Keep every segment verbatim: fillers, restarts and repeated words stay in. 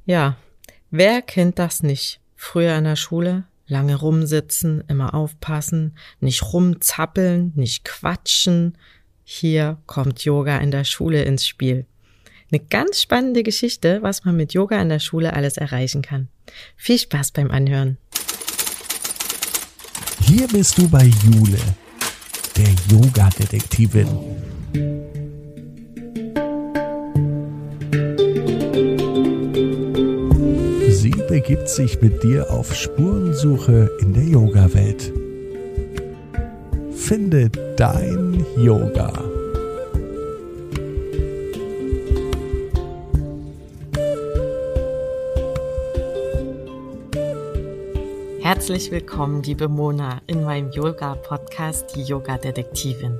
Ja, wer kennt das nicht? Früher in der Schule, lange rumsitzen, immer aufpassen, nicht rumzappeln, nicht quatschen. Hier kommt Yoga in der Schule ins Spiel. Eine ganz spannende Geschichte, was man mit Yoga in der Schule alles erreichen kann. Viel Spaß beim Anhören. Hier bist du bei Jule, der Yoga-Detektivin. Sie begibt sich mit dir auf Spurensuche in der Yoga-Welt. Finde dein Yoga. Herzlich willkommen, liebe Mona, in meinem Yoga-Podcast, die Yoga-Detektivin.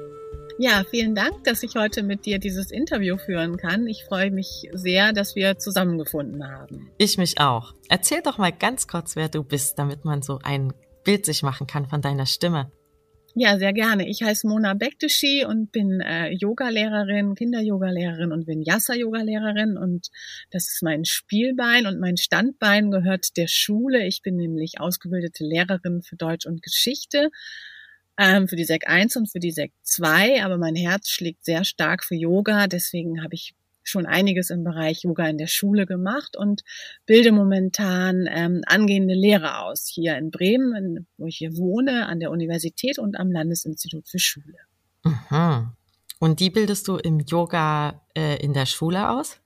Ja, vielen Dank, dass ich heute mit dir dieses Interview führen kann. Ich freue mich sehr, dass wir zusammengefunden haben. Ich mich auch. Erzähl doch mal ganz kurz, wer du bist, damit man so ein Bild sich machen kann von deiner Stimme. Ja, sehr gerne. Ich heiße Mona Bektaschi und bin äh, Yogalehrerin, Kinder-Yogalehrerin und Vinyasa-Yogalehrerin. Und das ist mein Spielbein und mein Standbein gehört der Schule. Ich bin nämlich ausgebildete Lehrerin für Deutsch und Geschichte. Für die Sek eins und für die Sek zwei, aber mein Herz schlägt sehr stark für Yoga, deswegen habe ich schon einiges im Bereich Yoga in der Schule gemacht und bilde momentan ähm, angehende Lehrer aus, hier in Bremen, wo ich hier wohne, an der Universität und am Landesinstitut für Schule. Mhm. Und die bildest du im Yoga äh, in der Schule aus?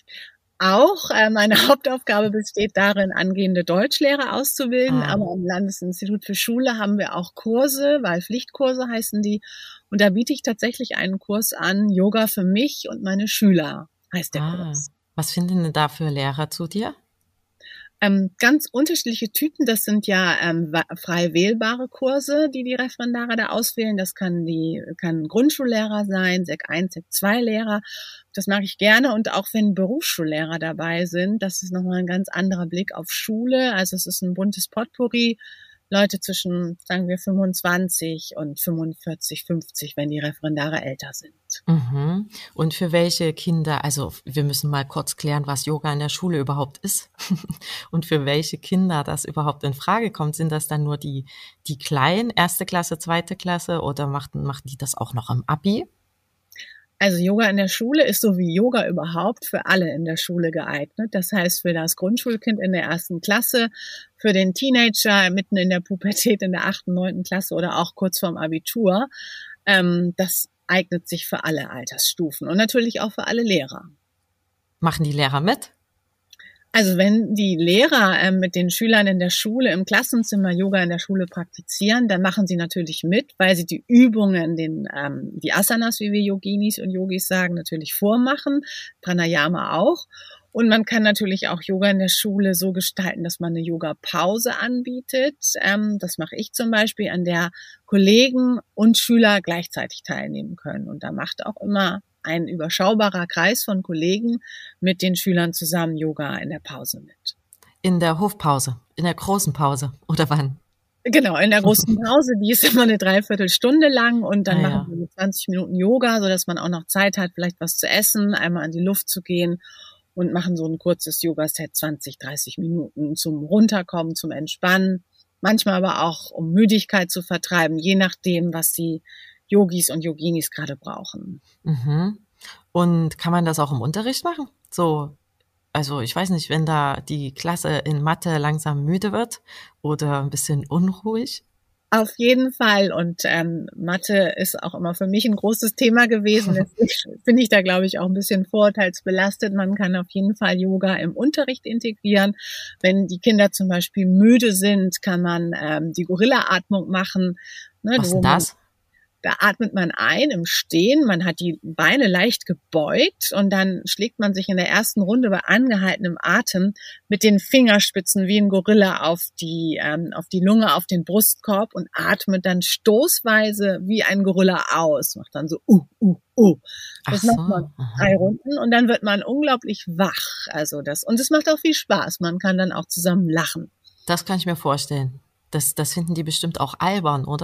Auch äh, meine Hauptaufgabe besteht darin, angehende Deutschlehrer auszubilden, ah. aber am Landesinstitut für Schule haben wir auch Kurse, Wahlpflichtkurse heißen die. Und da biete ich tatsächlich einen Kurs an, Yoga für mich und meine Schüler, heißt der ah. Kurs. Was finden denn da für Lehrer zu dir? Ähm, ganz unterschiedliche Typen, das sind ja ähm, frei wählbare Kurse, die die Referendare da auswählen. Das kann die kann Grundschullehrer sein, Sek eins, Sek zwei Lehrer. Das mag ich gerne und auch wenn Berufsschullehrer dabei sind, das ist nochmal ein ganz anderer Blick auf Schule. Also es ist ein buntes Potpourri. Leute zwischen, sagen wir, fünfundzwanzig und fünfundvierzig, fünfzig, wenn die Referendare älter sind. Mhm. Und für welche Kinder, also wir müssen mal kurz klären, was Yoga in der Schule überhaupt ist und für welche Kinder das überhaupt in Frage kommt. Sind das dann nur die, die Kleinen, erste Klasse, zweite Klasse oder machen, machen die das auch noch im Abi? Also Yoga in der Schule ist so wie Yoga überhaupt für alle in der Schule geeignet. Das heißt für das Grundschulkind in der ersten Klasse, für den Teenager mitten in der Pubertät in der achten, neunten Klasse oder auch kurz vorm Abitur. Ähm, das eignet sich für alle Altersstufen und natürlich auch für alle Lehrer. Machen die Lehrer mit? Also wenn die Lehrer äh, mit den Schülern in der Schule im Klassenzimmer Yoga in der Schule praktizieren, dann machen sie natürlich mit, weil sie die Übungen, den ähm, die Asanas, wie wir Yoginis und Yogis sagen, natürlich vormachen, Pranayama auch. Und man kann natürlich auch Yoga in der Schule so gestalten, dass man eine Yoga-Pause anbietet. Ähm, das mache ich zum Beispiel, an der Kollegen und Schüler gleichzeitig teilnehmen können. Und da macht auch immer ein überschaubarer Kreis von Kollegen mit den Schülern zusammen Yoga in der Pause mit. In der Hofpause, in der großen Pause oder wann? Genau, in der großen Pause, die ist immer eine Dreiviertelstunde lang und dann ah, machen wir ja. zwanzig Minuten Yoga, sodass man auch noch Zeit hat, vielleicht was zu essen, einmal an die Luft zu gehen und machen so ein kurzes Yoga-Set, zwanzig, dreißig Minuten zum Runterkommen, zum Entspannen. Manchmal aber auch, um Müdigkeit zu vertreiben, je nachdem, was die Yogis und Yoginis gerade brauchen. Mhm. Und kann man das auch im Unterricht machen? So, also ich weiß nicht, wenn da die Klasse in Mathe langsam müde wird oder ein bisschen unruhig? Auf jeden Fall. Und ähm, Mathe ist auch immer für mich ein großes Thema gewesen. Deswegen bin ich da, glaube ich, auch ein bisschen vorurteilsbelastet. Man kann auf jeden Fall Yoga im Unterricht integrieren. Wenn die Kinder zum Beispiel müde sind, kann man ähm, die Gorilla-Atmung machen. Ne, Was ist das? Da atmet man ein im Stehen, man hat die Beine leicht gebeugt und dann schlägt man sich in der ersten Runde bei angehaltenem Atem mit den Fingerspitzen wie ein Gorilla auf die ähm, auf die Lunge, auf den Brustkorb und atmet dann stoßweise wie ein Gorilla aus. Macht dann so uh, uh, uh. Das Ach so, macht man aha. drei Runden und dann wird man unglaublich wach. Also das und es macht auch viel Spaß. Man kann dann auch zusammen lachen. Das kann ich mir vorstellen. Das, das finden die bestimmt auch albern, oder?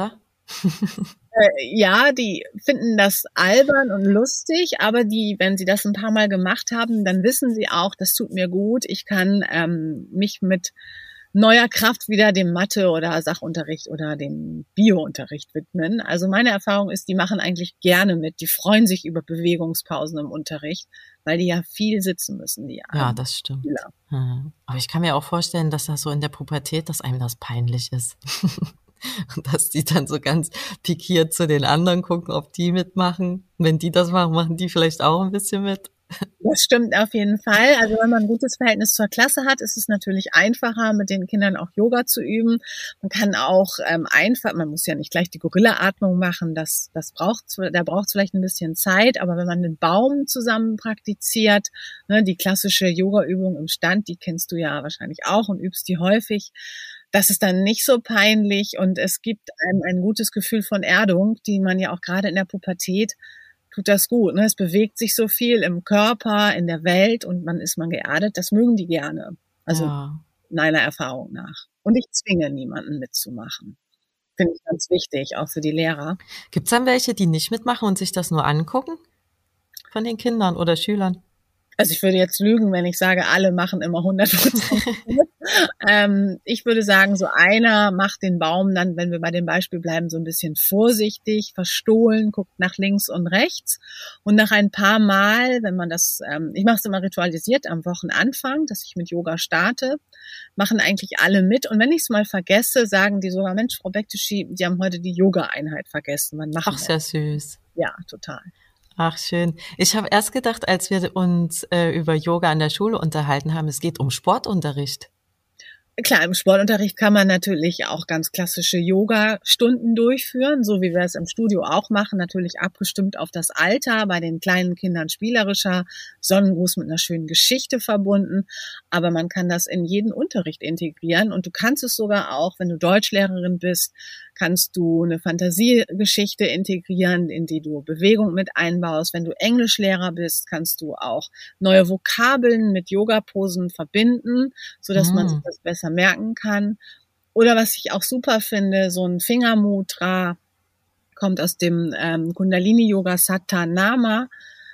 Äh, ja, die finden das albern und lustig, aber die, wenn sie das ein paar Mal gemacht haben, dann wissen sie auch, das tut mir gut. Ich kann ähm, mich mit neuer Kraft wieder dem Mathe- oder Sachunterricht oder dem Biounterricht widmen. Also meine Erfahrung ist, die machen eigentlich gerne mit. Die freuen sich über Bewegungspausen im Unterricht, weil die ja viel sitzen müssen, die Ja, das stimmt. Schüler. Hm. Aber ich kann mir auch vorstellen, dass das so in der Pubertät, dass einem das peinlich ist. Und dass die dann so ganz pikiert zu den anderen gucken, ob die mitmachen. Wenn die das machen, machen die vielleicht auch ein bisschen mit. Das stimmt auf jeden Fall. Also wenn man ein gutes Verhältnis zur Klasse hat, ist es natürlich einfacher, mit den Kindern auch Yoga zu üben. Man kann auch ähm, einfach, man muss ja nicht gleich die Gorilla-Atmung machen, das, das braucht, da braucht es vielleicht ein bisschen Zeit, aber wenn man den Baum zusammen praktiziert, ne, die klassische Yoga-Übung im Stand, die kennst du ja wahrscheinlich auch und übst die häufig, das ist dann nicht so peinlich und es gibt einem ein gutes Gefühl von Erdung, die man ja auch gerade in der Pubertät tut das gut. Ne? Es bewegt sich so viel im Körper, in der Welt und man ist man geerdet. Das mögen die gerne. Also ja. meiner Erfahrung nach. Und ich zwinge niemanden mitzumachen. Finde ich ganz wichtig, auch für die Lehrer. Gibt's dann welche, die nicht mitmachen und sich das nur angucken? Von den Kindern oder Schülern? Also ich würde jetzt lügen, wenn ich sage, alle machen immer hundert Prozent mit. ähm, ich würde sagen, so einer macht den Baum dann, wenn wir bei dem Beispiel bleiben, so ein bisschen vorsichtig, verstohlen, guckt nach links und rechts. Und nach ein paar Mal, wenn man das, ähm, ich mache es immer ritualisiert am Wochenanfang, dass ich mit Yoga starte, machen eigentlich alle mit. Und wenn ich es mal vergesse, sagen die sogar, Mensch, Frau Bektischi, Sie haben heute die Yoga-Einheit vergessen. Wann machen Ach, sehr süß. Ja, total. Ach, schön. Ich habe erst gedacht, als wir uns äh, über Yoga an der Schule unterhalten haben, es geht um Sportunterricht. Klar, im Sportunterricht kann man natürlich auch ganz klassische Yoga-Stunden durchführen, so wie wir es im Studio auch machen, natürlich abgestimmt auf das Alter, bei den kleinen Kindern spielerischer, Sonnengruß mit einer schönen Geschichte verbunden, aber man kann das in jeden Unterricht integrieren und du kannst es sogar auch, wenn du Deutschlehrerin bist, kannst du eine Fantasiegeschichte integrieren, in die du Bewegung mit einbaust. Wenn du Englischlehrer bist, kannst du auch neue Vokabeln mit Yoga-Posen verbinden, sodass mm. man sich das besser merken kann. Oder was ich auch super finde, so ein Fingermudra kommt aus dem ähm, Kundalini-Yoga Satanama.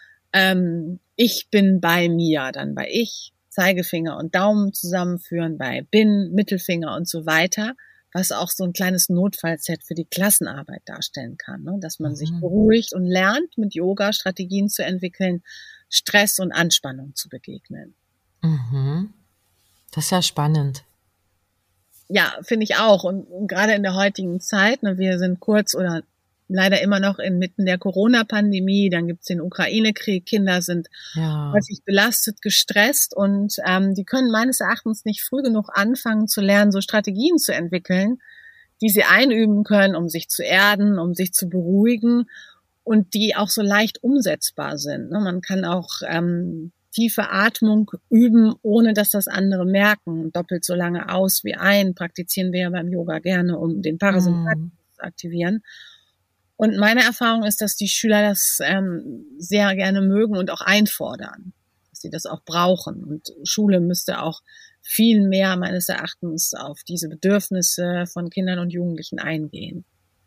Ähm, ich bin bei mir, dann bei ich, Zeigefinger und Daumen zusammenführen, bei bin, Mittelfinger und so weiter, was auch so ein kleines Notfallset für die Klassenarbeit darstellen kann, ne? Dass man mhm. sich beruhigt und lernt, mit Yoga Strategien zu entwickeln, Stress und Anspannung zu begegnen. Mhm. Das ist ja spannend. Ja, finde ich auch. Und, und gerade in der heutigen Zeit, ne, wir sind kurz oder leider immer noch inmitten der Corona-Pandemie, dann gibt's den Ukraine-Krieg, Kinder sind ja. häufig belastet, gestresst und ähm, die können meines Erachtens nicht früh genug anfangen zu lernen, so Strategien zu entwickeln, die sie einüben können, um sich zu erden, um sich zu beruhigen und die auch so leicht umsetzbar sind. Ne? Man kann auch ähm, tiefe Atmung üben, ohne dass das andere merken. Doppelt so lange aus wie ein, praktizieren wir ja beim Yoga gerne, um den Parasympathikus mm. zu aktivieren. Und meine Erfahrung ist, dass die Schüler das ähm, sehr gerne mögen und auch einfordern, dass sie das auch brauchen. Und Schule müsste auch viel mehr meines Erachtens auf diese Bedürfnisse von Kindern und Jugendlichen eingehen.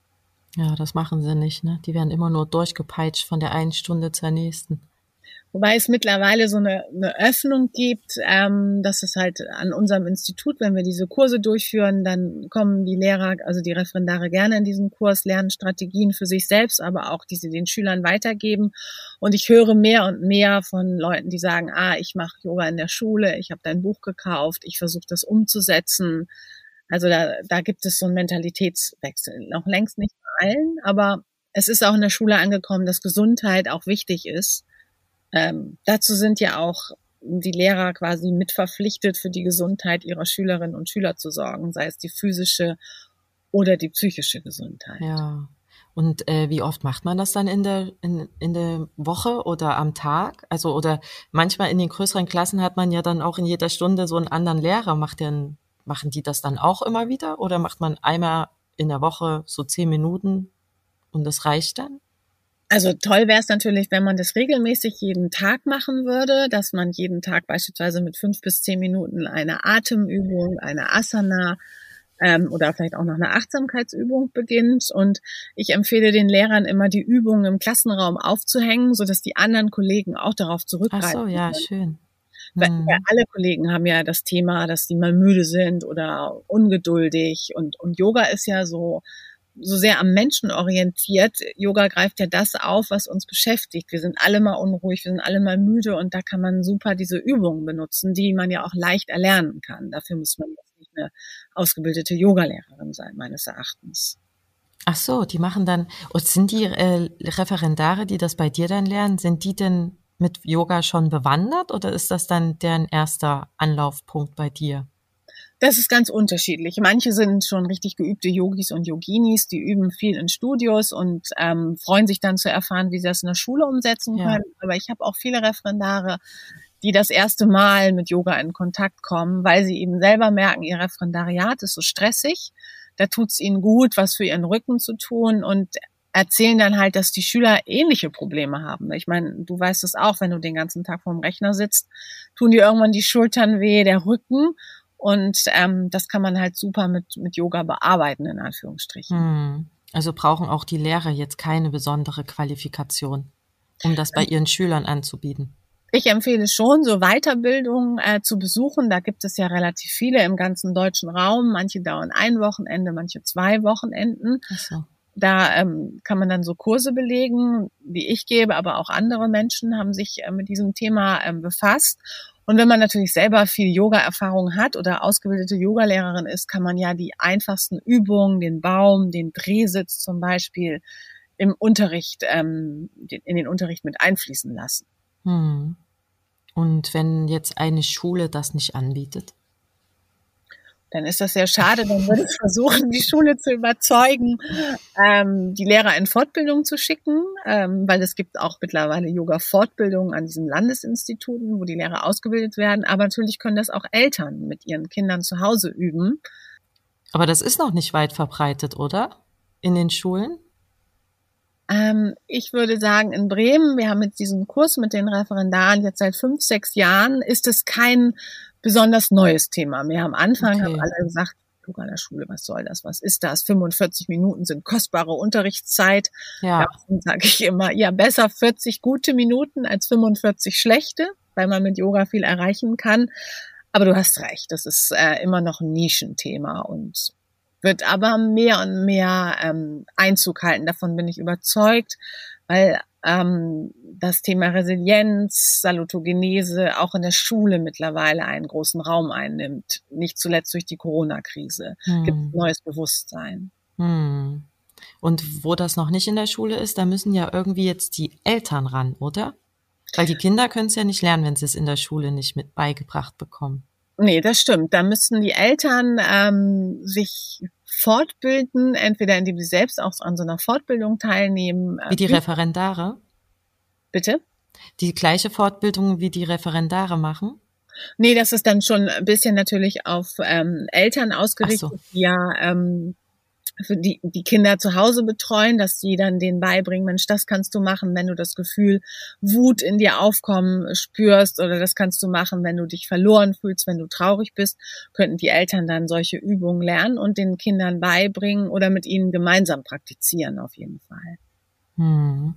Ja, das machen sie nicht, ne? Die werden immer nur durchgepeitscht von der einen Stunde zur nächsten. Wobei es mittlerweile so eine, eine Öffnung gibt, ähm, dass es halt an unserem Institut, wenn wir diese Kurse durchführen, dann kommen die Lehrer, also die Referendare gerne in diesen Kurs, lernen Strategien für sich selbst, aber auch die sie den Schülern weitergeben. Und ich höre mehr und mehr von Leuten, die sagen, ah, ich mache Yoga in der Schule, ich habe dein Buch gekauft, ich versuche das umzusetzen. Also da, da gibt es so einen Mentalitätswechsel. Noch längst nicht bei allen, aber es ist auch in der Schule angekommen, dass Gesundheit auch wichtig ist. Ähm, dazu sind ja auch die Lehrer quasi mitverpflichtet, für die Gesundheit ihrer Schülerinnen und Schüler zu sorgen, sei es die physische oder die psychische Gesundheit. Ja. Und äh, wie oft macht man das dann in der in, in der Woche oder am Tag? Also oder manchmal in den größeren Klassen hat man ja dann auch in jeder Stunde so einen anderen Lehrer. Macht denn, machen die das dann auch immer wieder? Oder macht man einmal in der Woche so zehn Minuten und das reicht dann? Also toll wäre es natürlich, wenn man das regelmäßig jeden Tag machen würde, dass man jeden Tag beispielsweise mit fünf bis zehn Minuten eine Atemübung, eine Asana ähm, oder vielleicht auch noch eine Achtsamkeitsübung beginnt. Und ich empfehle den Lehrern immer, die Übungen im Klassenraum aufzuhängen, sodass die anderen Kollegen auch darauf Ach zurückgreifen so, ja, können. schön. Weil ja, Hm. alle Kollegen haben ja das Thema, dass die mal müde sind oder ungeduldig. Und, und Yoga ist ja so, so sehr am Menschen orientiert. Yoga greift ja das auf, was uns beschäftigt. Wir sind alle mal unruhig, wir sind alle mal müde und da kann man super diese Übungen benutzen, die man ja auch leicht erlernen kann. Dafür muss man jetzt nicht eine ausgebildete Yogalehrerin sein, meines Erachtens. Ach so, die machen dann, und sind die äh, Referendare, die das bei dir dann lernen, sind die denn mit Yoga schon bewandert oder ist das dann deren erster Anlaufpunkt bei dir? Das ist ganz unterschiedlich. Manche sind schon richtig geübte Yogis und Yoginis, die üben viel in Studios und ähm, freuen sich dann zu erfahren, wie sie das in der Schule umsetzen Ja. können. Aber ich habe auch viele Referendare, die das erste Mal mit Yoga in Kontakt kommen, weil sie eben selber merken, ihr Referendariat ist so stressig, da tut's ihnen gut, was für ihren Rücken zu tun und erzählen dann halt, dass die Schüler ähnliche Probleme haben. Ich meine, du weißt es auch, wenn du den ganzen Tag vorm Rechner sitzt, tun dir irgendwann die Schultern weh, der Rücken. Und ähm, das kann man halt super mit mit Yoga bearbeiten, in Anführungsstrichen. Hm. Also brauchen auch die Lehrer jetzt keine besondere Qualifikation, um das bei ihren Schülern anzubieten? Ich empfehle schon, so Weiterbildungen äh, zu besuchen. Da gibt es ja relativ viele im ganzen deutschen Raum. Manche dauern ein Wochenende, manche zwei Wochenenden. Ach so. Da ähm, kann man dann so Kurse belegen, die ich gebe, aber auch andere Menschen haben sich äh, mit diesem Thema ähm, befasst. Und wenn man natürlich selber viel Yoga-Erfahrung hat oder ausgebildete Yogalehrerin ist, kann man ja die einfachsten Übungen, den Baum, den Drehsitz zum Beispiel, im Unterricht, ähm, in den Unterricht mit einfließen lassen. Hm. Und wenn jetzt eine Schule das nicht anbietet? Dann ist das sehr schade. Dann würde ich versuchen, die Schule zu überzeugen, ähm, die Lehrer in Fortbildung zu schicken, ähm, weil es gibt auch mittlerweile Yoga-Fortbildungen an diesen Landesinstituten, wo die Lehrer ausgebildet werden. Aber natürlich können das auch Eltern mit ihren Kindern zu Hause üben. Aber das ist noch nicht weit verbreitet, oder? In den Schulen? Ähm, ich würde sagen, in Bremen, wir haben jetzt diesen Kurs mit den Referendaren jetzt seit fünf, sechs Jahren, ist es kein besonders neues Thema mehr. Am Anfang Okay. haben alle gesagt, Yoga in der Schule, was soll das, was ist das? fünfundvierzig Minuten sind kostbare Unterrichtszeit. Ja. Dann sage ich immer, ja, besser vierzig gute Minuten als fünfundvierzig schlechte, weil man mit Yoga viel erreichen kann. Aber du hast recht, das ist äh, immer noch ein Nischenthema und wird aber mehr und mehr ähm, Einzug halten. Davon bin ich überzeugt, weil ähm, das Thema Resilienz, Salutogenese auch in der Schule mittlerweile einen großen Raum einnimmt. Nicht zuletzt durch die Corona-Krise. Hm. Gibt es neues Bewusstsein. Hm. Und wo das noch nicht in der Schule ist, da müssen ja irgendwie jetzt die Eltern ran, oder? Weil die Kinder können es ja nicht lernen, wenn sie es in der Schule nicht mit beigebracht bekommen. Nee, das stimmt. Da müssen die Eltern ähm, sich fortbilden, entweder indem sie selbst auch an so einer Fortbildung teilnehmen. Wie die Referendare? Bitte? Die gleiche Fortbildung wie die Referendare machen? Nee, das ist dann schon ein bisschen natürlich auf ähm, Eltern ausgerichtet, Ach so. die ja ähm, für die, die Kinder zu Hause betreuen, dass die dann denen beibringen, Mensch, das kannst du machen, wenn du das Gefühl Wut in dir aufkommen spürst, oder das kannst du machen, wenn du dich verloren fühlst, wenn du traurig bist, könnten die Eltern dann solche Übungen lernen und den Kindern beibringen oder mit ihnen gemeinsam praktizieren auf jeden Fall. Hm.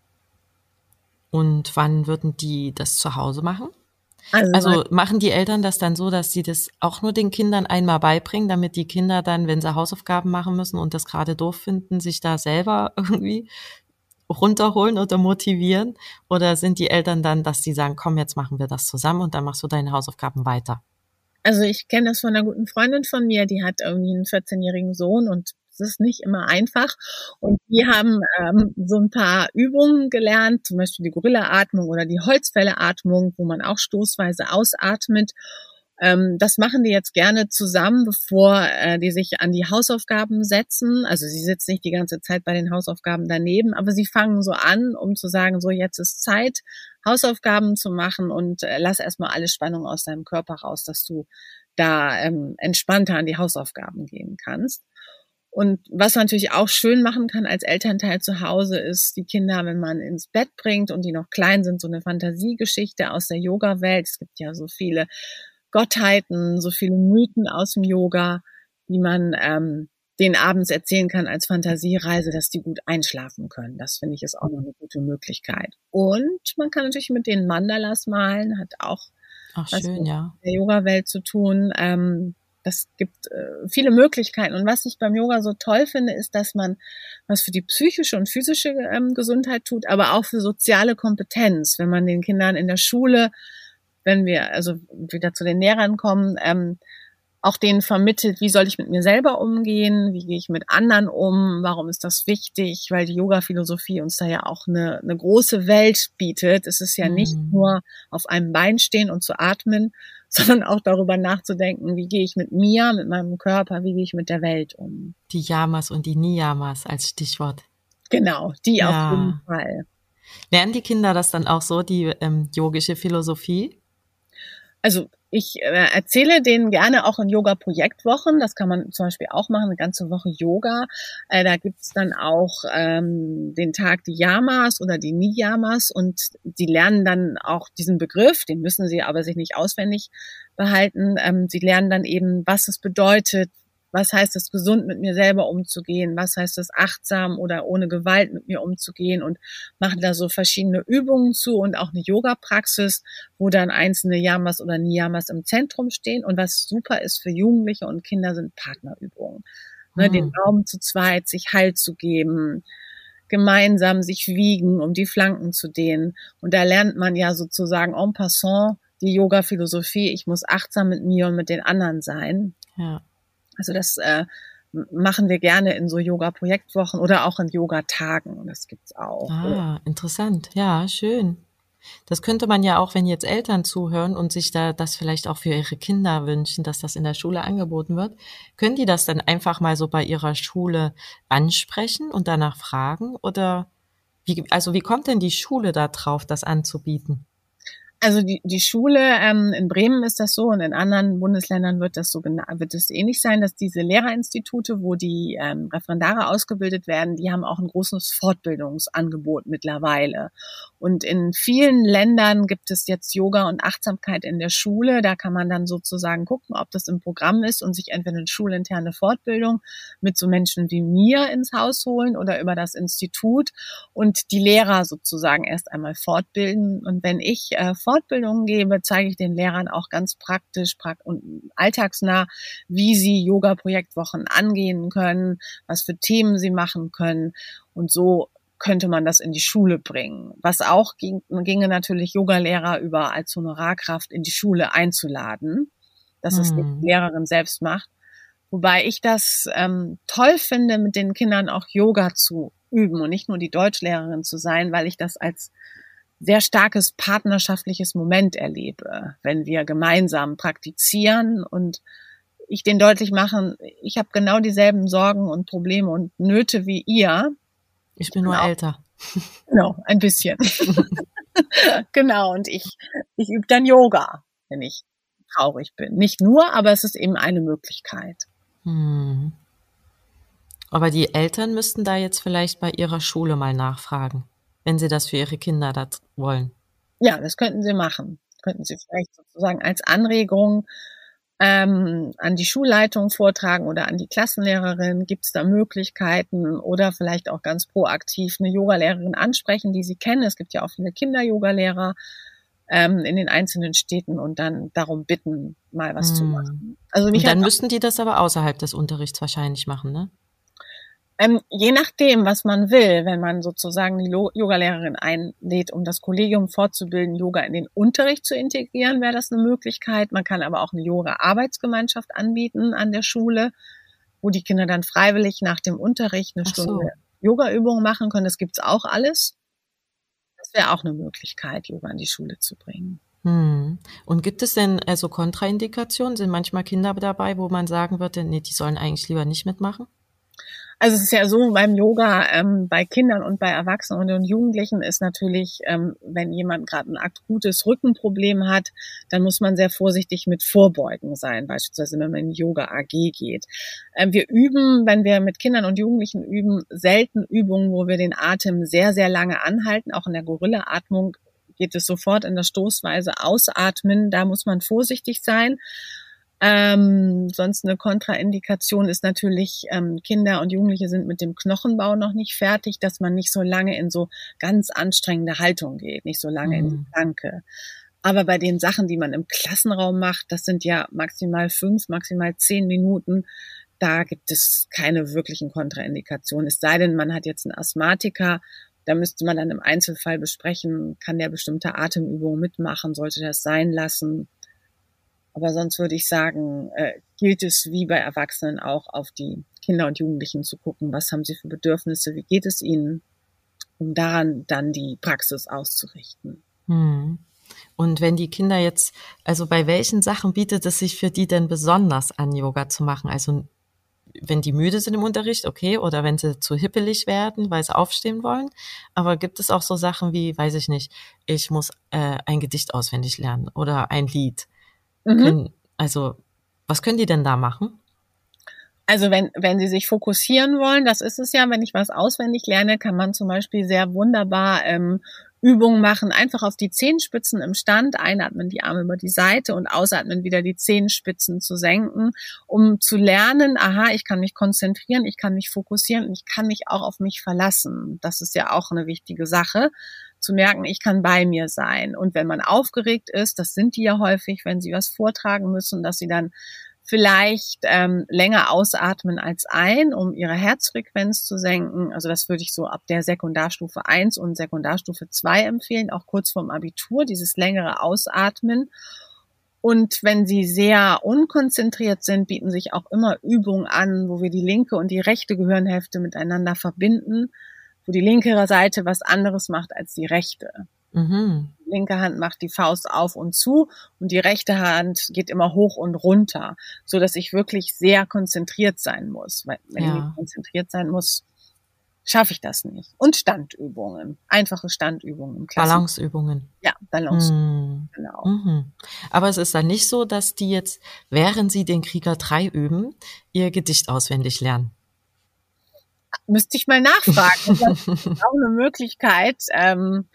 Und wann würden die das zu Hause machen? Also, Also machen die Eltern das dann so, dass sie das auch nur den Kindern einmal beibringen, damit die Kinder dann, wenn sie Hausaufgaben machen müssen und das gerade doof finden, sich da selber irgendwie runterholen oder motivieren? Oder sind die Eltern dann, dass die sagen, komm, jetzt machen wir das zusammen und dann machst du deine Hausaufgaben weiter? Also ich kenne das von einer guten Freundin von mir, die hat irgendwie einen vierzehnjährigen Sohn und es ist nicht immer einfach. Und die haben ähm, so ein paar Übungen gelernt, zum Beispiel die Gorilla-Atmung oder die Holzfälle-Atmung, wo man auch stoßweise ausatmet. Ähm, das machen die jetzt gerne zusammen, bevor äh, die sich an die Hausaufgaben setzen. Also sie sitzen nicht die ganze Zeit bei den Hausaufgaben daneben, aber sie fangen so an, um zu sagen, so jetzt ist Zeit, Hausaufgaben zu machen und äh, lass erstmal alle Spannung aus deinem Körper raus, dass du da ähm, entspannter an die Hausaufgaben gehen kannst. Und was man natürlich auch schön machen kann als Elternteil zu Hause, ist die Kinder, wenn man ins Bett bringt und die noch klein sind, so eine Fantasiegeschichte aus der Yoga-Welt. Es gibt ja so viele Gottheiten, so viele Mythen aus dem Yoga, die man ähm, denen abends erzählen kann als Fantasiereise, dass die gut einschlafen können. Das finde ich ist auch noch eine gute Möglichkeit. Und man kann natürlich mit denen Mandalas malen, hat auch Ach, was schön, mit ja. der Yoga-Welt zu tun. Ähm, das gibt äh, viele Möglichkeiten. Und was ich beim Yoga so toll finde, ist, dass man was für die psychische und physische ähm, Gesundheit tut, aber auch für soziale Kompetenz. Wenn man den Kindern in der Schule, wenn wir also wieder zu den Lehrern kommen, ähm, auch denen vermittelt, wie soll ich mit mir selber umgehen, wie gehe ich mit anderen um, warum ist das wichtig, weil die Yoga-Philosophie uns da ja auch eine, eine große Welt bietet. Es ist ja nicht Mhm. nur auf einem Bein stehen und zu atmen, sondern auch darüber nachzudenken, wie gehe ich mit mir, mit meinem Körper, wie gehe ich mit der Welt um. Die Yamas und die Niyamas als Stichwort. Genau, die Ja. auf jeden Fall. Lernen die Kinder das dann auch so, die ähm, yogische Philosophie? Also ich äh, erzähle denen gerne auch in Yoga-Projektwochen. Das kann man zum Beispiel auch machen, eine ganze Woche Yoga. Äh, da gibt's dann auch ähm, den Tag die Yamas oder die Niyamas und die lernen dann auch diesen Begriff, den müssen sie aber sich nicht auswendig behalten. Ähm, sie lernen dann eben, was es bedeutet, was heißt es, gesund mit mir selber umzugehen, was heißt es, achtsam oder ohne Gewalt mit mir umzugehen und machen da so verschiedene Übungen zu und auch eine Yoga-Praxis, wo dann einzelne Yamas oder Niyamas im Zentrum stehen. Und was super ist für Jugendliche und Kinder, sind Partnerübungen. Ne, Hm. den Raum zu zweit, sich Halt zu geben, gemeinsam sich wiegen, um die Flanken zu dehnen. Und da lernt man ja sozusagen en passant die Yoga-Philosophie, ich muss achtsam mit mir und mit den anderen sein. Ja. Also das äh, machen wir gerne in so Yoga-Projektwochen oder auch in Yoga-Tagen. Das gibt's auch. Ah, interessant. Ja, schön. Das könnte man ja auch, wenn jetzt Eltern zuhören und sich da das vielleicht auch für ihre Kinder wünschen, dass das in der Schule angeboten wird, können die das dann einfach mal so bei ihrer Schule ansprechen und danach fragen? Oder wie, also wie kommt denn die Schule da drauf, das anzubieten? Also die, die Schule, ähm, in Bremen ist das so und in anderen Bundesländern wird das so gena- wird es ähnlich sein, dass diese Lehrerinstitute, wo die ähm, Referendare ausgebildet werden, die haben auch ein großes Fortbildungsangebot mittlerweile. Und in vielen Ländern gibt es jetzt Yoga und Achtsamkeit in der Schule. Da kann man dann sozusagen gucken, ob das im Programm ist und sich entweder eine schulinterne Fortbildung mit so Menschen wie mir ins Haus holen oder über das Institut und die Lehrer sozusagen erst einmal fortbilden. Und wenn ich äh, Fortbildungen gebe, zeige ich den Lehrern auch ganz praktisch und alltagsnah, wie sie Yoga-Projektwochen angehen können, was für Themen sie machen können. Und so könnte man das in die Schule bringen. Was auch ging, ginge natürlich Yogalehrer über als Honorarkraft in die Schule einzuladen, dass es nicht die Lehrerin selbst macht. Wobei ich das ähm, toll finde, mit den Kindern auch Yoga zu üben und nicht nur die Deutschlehrerin zu sein, weil ich das als sehr starkes partnerschaftliches Moment erlebe, wenn wir gemeinsam praktizieren und ich denen deutlich machen, ich habe genau dieselben Sorgen und Probleme und Nöte wie ihr. Ich bin nur genau. älter. Genau, ein bisschen. Genau, und ich, ich übe dann Yoga, wenn ich traurig bin. Nicht nur, aber es ist eben eine Möglichkeit. Hm. Aber die Eltern müssten da jetzt vielleicht bei ihrer Schule mal nachfragen, wenn sie das für ihre Kinder da wollen. Ja, das könnten sie machen. Könnten sie vielleicht sozusagen als Anregung ähm, an die Schulleitung vortragen oder an die Klassenlehrerin. Gibt es da Möglichkeiten oder vielleicht auch ganz proaktiv eine Yogalehrerin ansprechen, die sie kennen. Es gibt ja auch viele Kinder-Yogalehrer ähm, in den einzelnen Städten und dann darum bitten, mal was hm. zu machen. Also mich und dann hat müssten die das aber außerhalb des Unterrichts wahrscheinlich machen, ne? Ähm, je nachdem, was man will, wenn man sozusagen die Lo- Yogalehrerin einlädt, um das Kollegium fortzubilden, Yoga in den Unterricht zu integrieren, wäre das eine Möglichkeit. Man kann aber auch eine Yoga-Arbeitsgemeinschaft anbieten an der Schule, wo die Kinder dann freiwillig nach dem Unterricht eine Ach so. Stunde Yoga-Übungen machen können. Das gibt's auch alles. Das wäre auch eine Möglichkeit, Yoga in die Schule zu bringen. Hm. Und gibt es denn also Kontraindikationen? Sind manchmal Kinder dabei, wo man sagen würde, nee, die sollen eigentlich lieber nicht mitmachen? Also es ist ja so, beim Yoga, ähm, bei Kindern und bei Erwachsenen und Jugendlichen ist natürlich, ähm, wenn jemand gerade ein akutes Rückenproblem hat, dann muss man sehr vorsichtig mit Vorbeugen sein, beispielsweise wenn man in die Yoga-A G geht. Ähm, wir üben, wenn wir mit Kindern und Jugendlichen üben, selten Übungen, wo wir den Atem sehr, sehr lange anhalten. Auch in der Gorilla-Atmung geht es sofort in der Stoßweise ausatmen. Da muss man vorsichtig sein. Ähm, sonst eine Kontraindikation ist natürlich, ähm, Kinder und Jugendliche sind mit dem Knochenbau noch nicht fertig, dass man nicht so lange in so ganz anstrengende Haltung geht, nicht so lange in die Planke. Aber bei den Sachen, die man im Klassenraum macht, das sind ja maximal fünf, maximal zehn Minuten, da gibt es keine wirklichen Kontraindikationen. Es sei denn, man hat jetzt einen Asthmatiker, da müsste man dann im Einzelfall besprechen, kann der bestimmte Atemübungen mitmachen, sollte das sein lassen. Aber sonst würde ich sagen, äh, gilt es wie bei Erwachsenen auch auf die Kinder und Jugendlichen zu gucken, was haben sie für Bedürfnisse, wie geht es ihnen, um daran dann die Praxis auszurichten. Hm. Und wenn die Kinder jetzt, also bei welchen Sachen bietet es sich für die denn besonders an, Yoga zu machen? Also wenn die müde sind im Unterricht, okay, oder wenn sie zu hippelig werden, weil sie aufstehen wollen. Aber gibt es auch so Sachen wie, weiß ich nicht, ich muss äh, ein Gedicht auswendig lernen oder ein Lied. Mhm. Können, also was können die denn da machen? Also wenn wenn sie sich fokussieren wollen, das ist es ja, wenn ich was auswendig lerne, kann man zum Beispiel sehr wunderbar ähm, Übungen machen, einfach auf die Zehenspitzen im Stand, einatmen, die Arme über die Seite und ausatmen, wieder die Zehenspitzen zu senken, um zu lernen, aha, ich kann mich konzentrieren, ich kann mich fokussieren und ich kann mich auch auf mich verlassen. Das ist ja auch eine wichtige Sache, zu merken, ich kann bei mir sein. Und wenn man aufgeregt ist, das sind die ja häufig, wenn sie was vortragen müssen, dass sie dann vielleicht ähm, länger ausatmen als ein, um ihre Herzfrequenz zu senken. Also das würde ich so ab der Sekundarstufe eins und Sekundarstufe zwei empfehlen, auch kurz vorm Abitur, dieses längere Ausatmen. Und wenn sie sehr unkonzentriert sind, bieten sich auch immer Übungen an, wo wir die linke und die rechte Gehirnhälfte miteinander verbinden, wo die linke Seite was anderes macht als die rechte. Mhm. Die linke Hand macht die Faust auf und zu und die rechte Hand geht immer hoch und runter, so dass ich wirklich sehr konzentriert sein muss. Weil wenn ja. ich konzentriert sein muss, schaffe ich das nicht. Und Standübungen, einfache Standübungen im Klassen. Balanceübungen. Ja, Balanceübungen, mhm. genau. Mhm. Aber es ist dann nicht so, dass die jetzt, während sie den Krieger drei üben, ihr Gedicht auswendig lernen. Müsste ich mal nachfragen. Das ist auch eine Möglichkeit, ähm,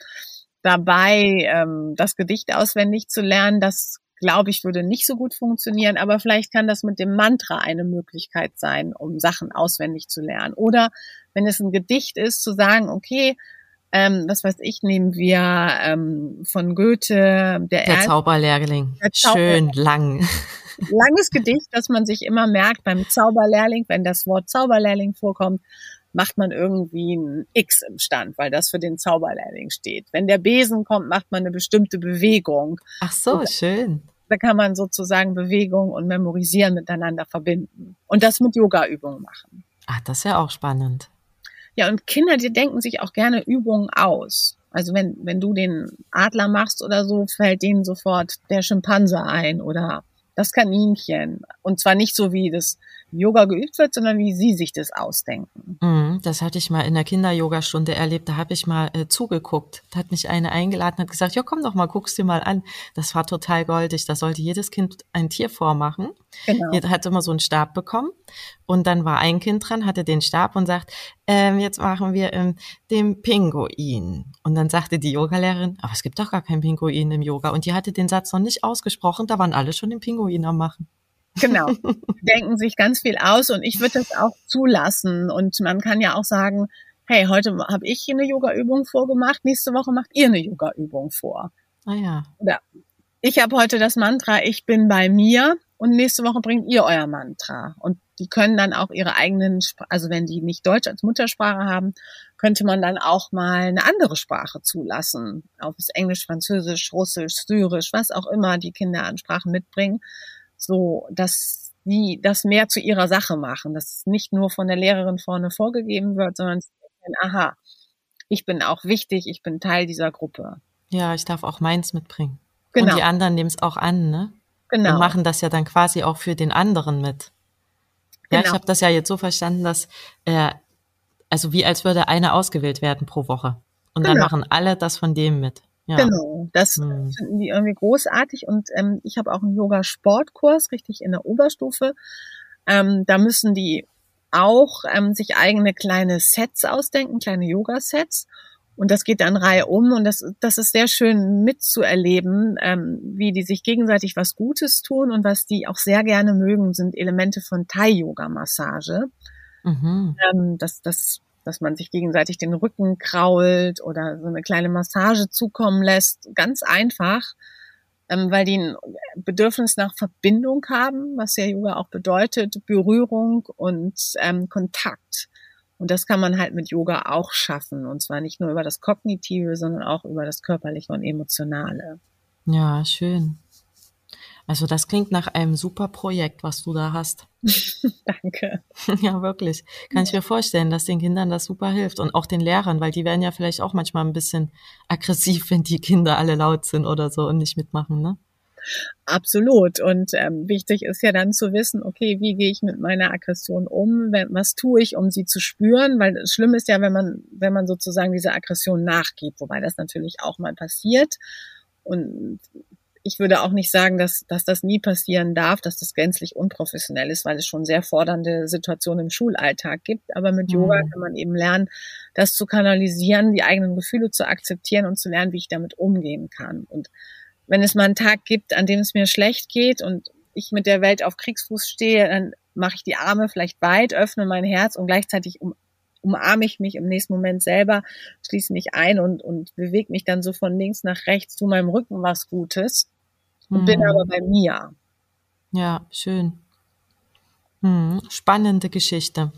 dabei ähm, das Gedicht auswendig zu lernen. Das, glaube ich, würde nicht so gut funktionieren, aber vielleicht kann das mit dem Mantra eine Möglichkeit sein, um Sachen auswendig zu lernen. Oder wenn es ein Gedicht ist, zu sagen, okay, ähm, was weiß ich, nehmen wir ähm, von Goethe, der, der Erl- Zauberlehrling. Der Zauberlehrling. Schön lang. Langes Gedicht, das man sich immer merkt beim Zauberlehrling, wenn das Wort Zauberlehrling vorkommt, macht man irgendwie ein X im Stand, weil das für den Zauberlehrling steht. Wenn der Besen kommt, macht man eine bestimmte Bewegung. Ach so, und schön. Da kann man sozusagen Bewegung und Memorisieren miteinander verbinden und das mit Yoga-Übungen machen. Ach, das ist ja auch spannend. Ja, und Kinder, die denken sich auch gerne Übungen aus. Also wenn wenn du den Adler machst oder so, fällt denen sofort der Schimpanse ein oder das Kaninchen. Und zwar nicht so, wie das Yoga geübt wird, sondern wie sie sich das ausdenken. Das hatte ich mal in der Kinder-Yoga-Stunde erlebt. Da habe ich mal äh, zugeguckt. Da hat mich eine eingeladen, hat gesagt, ja, komm doch mal, guck's dir mal an. Das war total goldig. Da sollte jedes Kind ein Tier vormachen. Genau. Jeder hat immer so einen Stab bekommen. Und dann war ein Kind dran, hatte den Stab und sagt, ähm, jetzt machen wir ähm, den Pinguin. Und dann sagte die Yogalehrerin, aber es gibt doch gar keinen Pinguin im Yoga. Und die hatte den Satz noch nicht ausgesprochen, da waren alle schon den Pinguin am Machen. Genau, die denken sich ganz viel aus und ich würde das auch zulassen. Und man kann ja auch sagen, hey, heute habe ich eine Yoga-Übung vorgemacht, nächste Woche macht ihr eine Yoga-Übung vor. Ah ja. Oder ich habe heute das Mantra, ich bin bei mir und nächste Woche bringt ihr euer Mantra. Und die können dann auch ihre eigenen, also wenn die nicht Deutsch als Muttersprache haben, könnte man dann auch mal eine andere Sprache zulassen. Ob es Englisch, Französisch, Russisch, Syrisch, was auch immer die Kinder an Sprachen mitbringen. So, dass die das mehr zu ihrer Sache machen, dass es nicht nur von der Lehrerin vorne vorgegeben wird, sondern aha, ich bin auch wichtig, ich bin Teil dieser Gruppe. Ja, ich darf auch meins mitbringen. Genau. Und die anderen nehmen es auch an, ne? Genau. Und machen das ja dann quasi auch für den anderen mit. Ja, genau. Ich habe das ja jetzt so verstanden, dass, äh, also wie als würde einer ausgewählt werden pro Woche. Und genau. Dann machen alle das von dem mit. Ja. Genau, das hm. finden die irgendwie großartig und ähm, ich habe auch einen Yoga-Sportkurs, richtig in der Oberstufe. Ähm, da müssen die auch ähm, sich eigene kleine Sets ausdenken, kleine Yoga-Sets Und das geht dann reihum und das, das ist sehr schön mitzuerleben, ähm, wie die sich gegenseitig was Gutes tun und was die auch sehr gerne mögen, sind Elemente von Thai-Yoga-Massage. Mhm. Ähm, das, das, dass man sich gegenseitig den Rücken krault oder so eine kleine Massage zukommen lässt. Ganz einfach, ähm, weil die ein Bedürfnis nach Verbindung haben, was ja Yoga auch bedeutet, Berührung und ähm, Kontakt. Und das kann man halt mit Yoga auch schaffen. Und zwar nicht nur über das Kognitive, sondern auch über das Körperliche und Emotionale. Ja, schön. Also das klingt nach einem super Projekt, was du da hast. Danke. Ja, wirklich. Kann ich mir vorstellen, dass den Kindern das super hilft. Und auch den Lehrern, weil die werden ja vielleicht auch manchmal ein bisschen aggressiv, wenn die Kinder alle laut sind oder so und nicht mitmachen, ne? Absolut. Und ähm, wichtig ist ja dann zu wissen, okay, wie gehe ich mit meiner Aggression um? Was tue ich, um sie zu spüren? Weil das Schlimme ist ja, wenn man, wenn man sozusagen dieser Aggression nachgibt, wobei das natürlich auch mal passiert. Und ich würde auch nicht sagen, dass, dass das nie passieren darf, dass das gänzlich unprofessionell ist, weil es schon sehr fordernde Situationen im Schulalltag gibt. Aber mit mhm. Yoga kann man eben lernen, das zu kanalisieren, die eigenen Gefühle zu akzeptieren und zu lernen, wie ich damit umgehen kann. Und wenn es mal einen Tag gibt, an dem es mir schlecht geht und ich mit der Welt auf Kriegsfuß stehe, dann mache ich die Arme vielleicht weit, öffne mein Herz und gleichzeitig um, umarme ich mich im nächsten Moment selber, schließe mich ein und, und bewege mich dann so von links nach rechts, zu meinem Rücken was Gutes und hm. bin aber bei mir. Ja, schön. Hm, spannende Geschichte.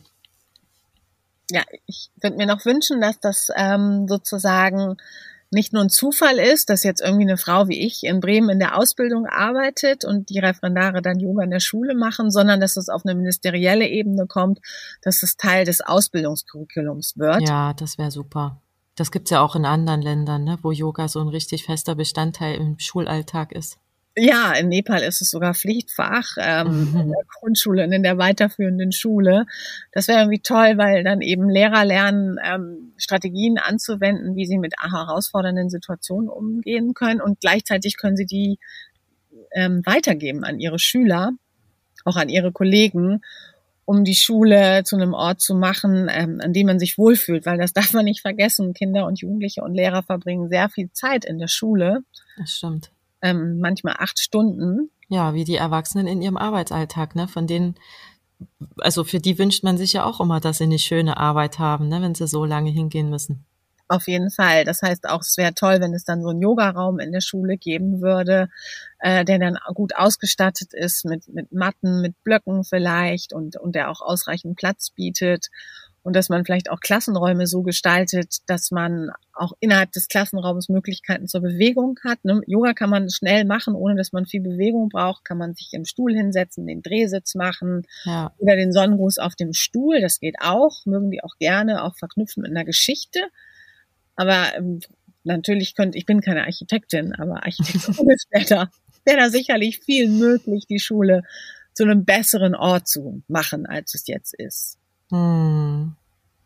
Ja, ich würde mir noch wünschen, dass das ähm, sozusagen nicht nur ein Zufall ist, dass jetzt irgendwie eine Frau wie ich in Bremen in der Ausbildung arbeitet und die Referendare dann Yoga in der Schule machen, sondern dass es auf eine ministerielle Ebene kommt, dass es Teil des Ausbildungskurriculums wird. Ja, das wäre super. Das gibt's ja auch in anderen Ländern, ne, wo Yoga so ein richtig fester Bestandteil im Schulalltag ist. Ja, in Nepal ist es sogar Pflichtfach, ähm, mhm. in der Grundschule und in der weiterführenden Schule. Das wäre irgendwie toll, weil dann eben Lehrer lernen, ähm, Strategien anzuwenden, wie sie mit herausfordernden Situationen umgehen können und gleichzeitig können sie die ähm, weitergeben an ihre Schüler, auch an ihre Kollegen, um die Schule zu einem Ort zu machen, ähm, an dem man sich wohlfühlt, weil das darf man nicht vergessen. Kinder und Jugendliche und Lehrer verbringen sehr viel Zeit in der Schule. Das stimmt. Ähm, manchmal acht Stunden. Ja, wie die Erwachsenen in ihrem Arbeitsalltag, ne? Von denen, also für die wünscht man sich ja auch immer, dass sie eine schöne Arbeit haben, ne? Wenn sie so lange hingehen müssen. Auf jeden Fall. Das heißt auch, es wäre toll, wenn es dann so einen Yogaraum in der Schule geben würde, äh, der dann gut ausgestattet ist mit mit Matten, mit Blöcken vielleicht und und der auch ausreichend Platz bietet. Und dass man vielleicht auch Klassenräume so gestaltet, dass man auch innerhalb des Klassenraums Möglichkeiten zur Bewegung hat. Ne? Yoga kann man schnell machen, ohne dass man viel Bewegung braucht. Kann man sich im Stuhl hinsetzen, den Drehsitz machen ja. oder den Sonnengruß auf dem Stuhl. Das geht auch, mögen die auch gerne, auch verknüpfen mit einer Geschichte. Aber ähm, natürlich könnte, ich bin keine Architektin, aber architektonisch wäre da, wäre da sicherlich viel möglich, die Schule zu einem besseren Ort zu machen, als es jetzt ist. Hm.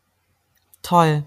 Toll.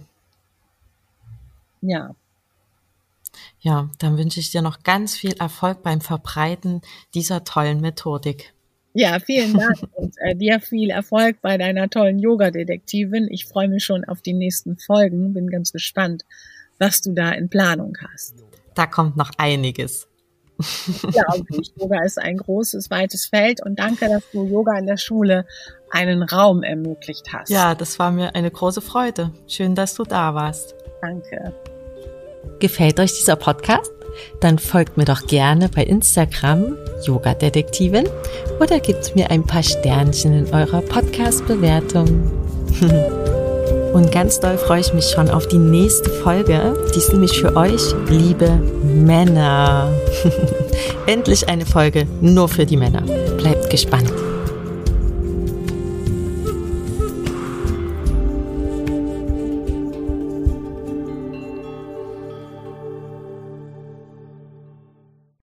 Ja. Ja, dann wünsche ich dir noch ganz viel Erfolg beim Verbreiten dieser tollen Methodik. Ja, vielen Dank und äh, dir viel Erfolg bei deiner tollen Yoga-Detektivin. Ich freue mich schon auf die nächsten Folgen, bin ganz gespannt, was du da in Planung hast. Da kommt noch einiges. Ja, Yoga ist ein großes, weites Feld und danke, dass du Yoga in der Schule einen Raum ermöglicht hast. Ja, das war mir eine große Freude. Schön, dass du da warst. Danke. Gefällt euch dieser Podcast? Dann folgt mir doch gerne bei Instagram Yoga Detektivin oder gebt mir ein paar Sternchen in eurer Podcast-Bewertung. Und ganz doll freue ich mich schon auf die nächste Folge. Die ist nämlich für euch, liebe Männer. Endlich eine Folge nur für die Männer. Bleibt gespannt.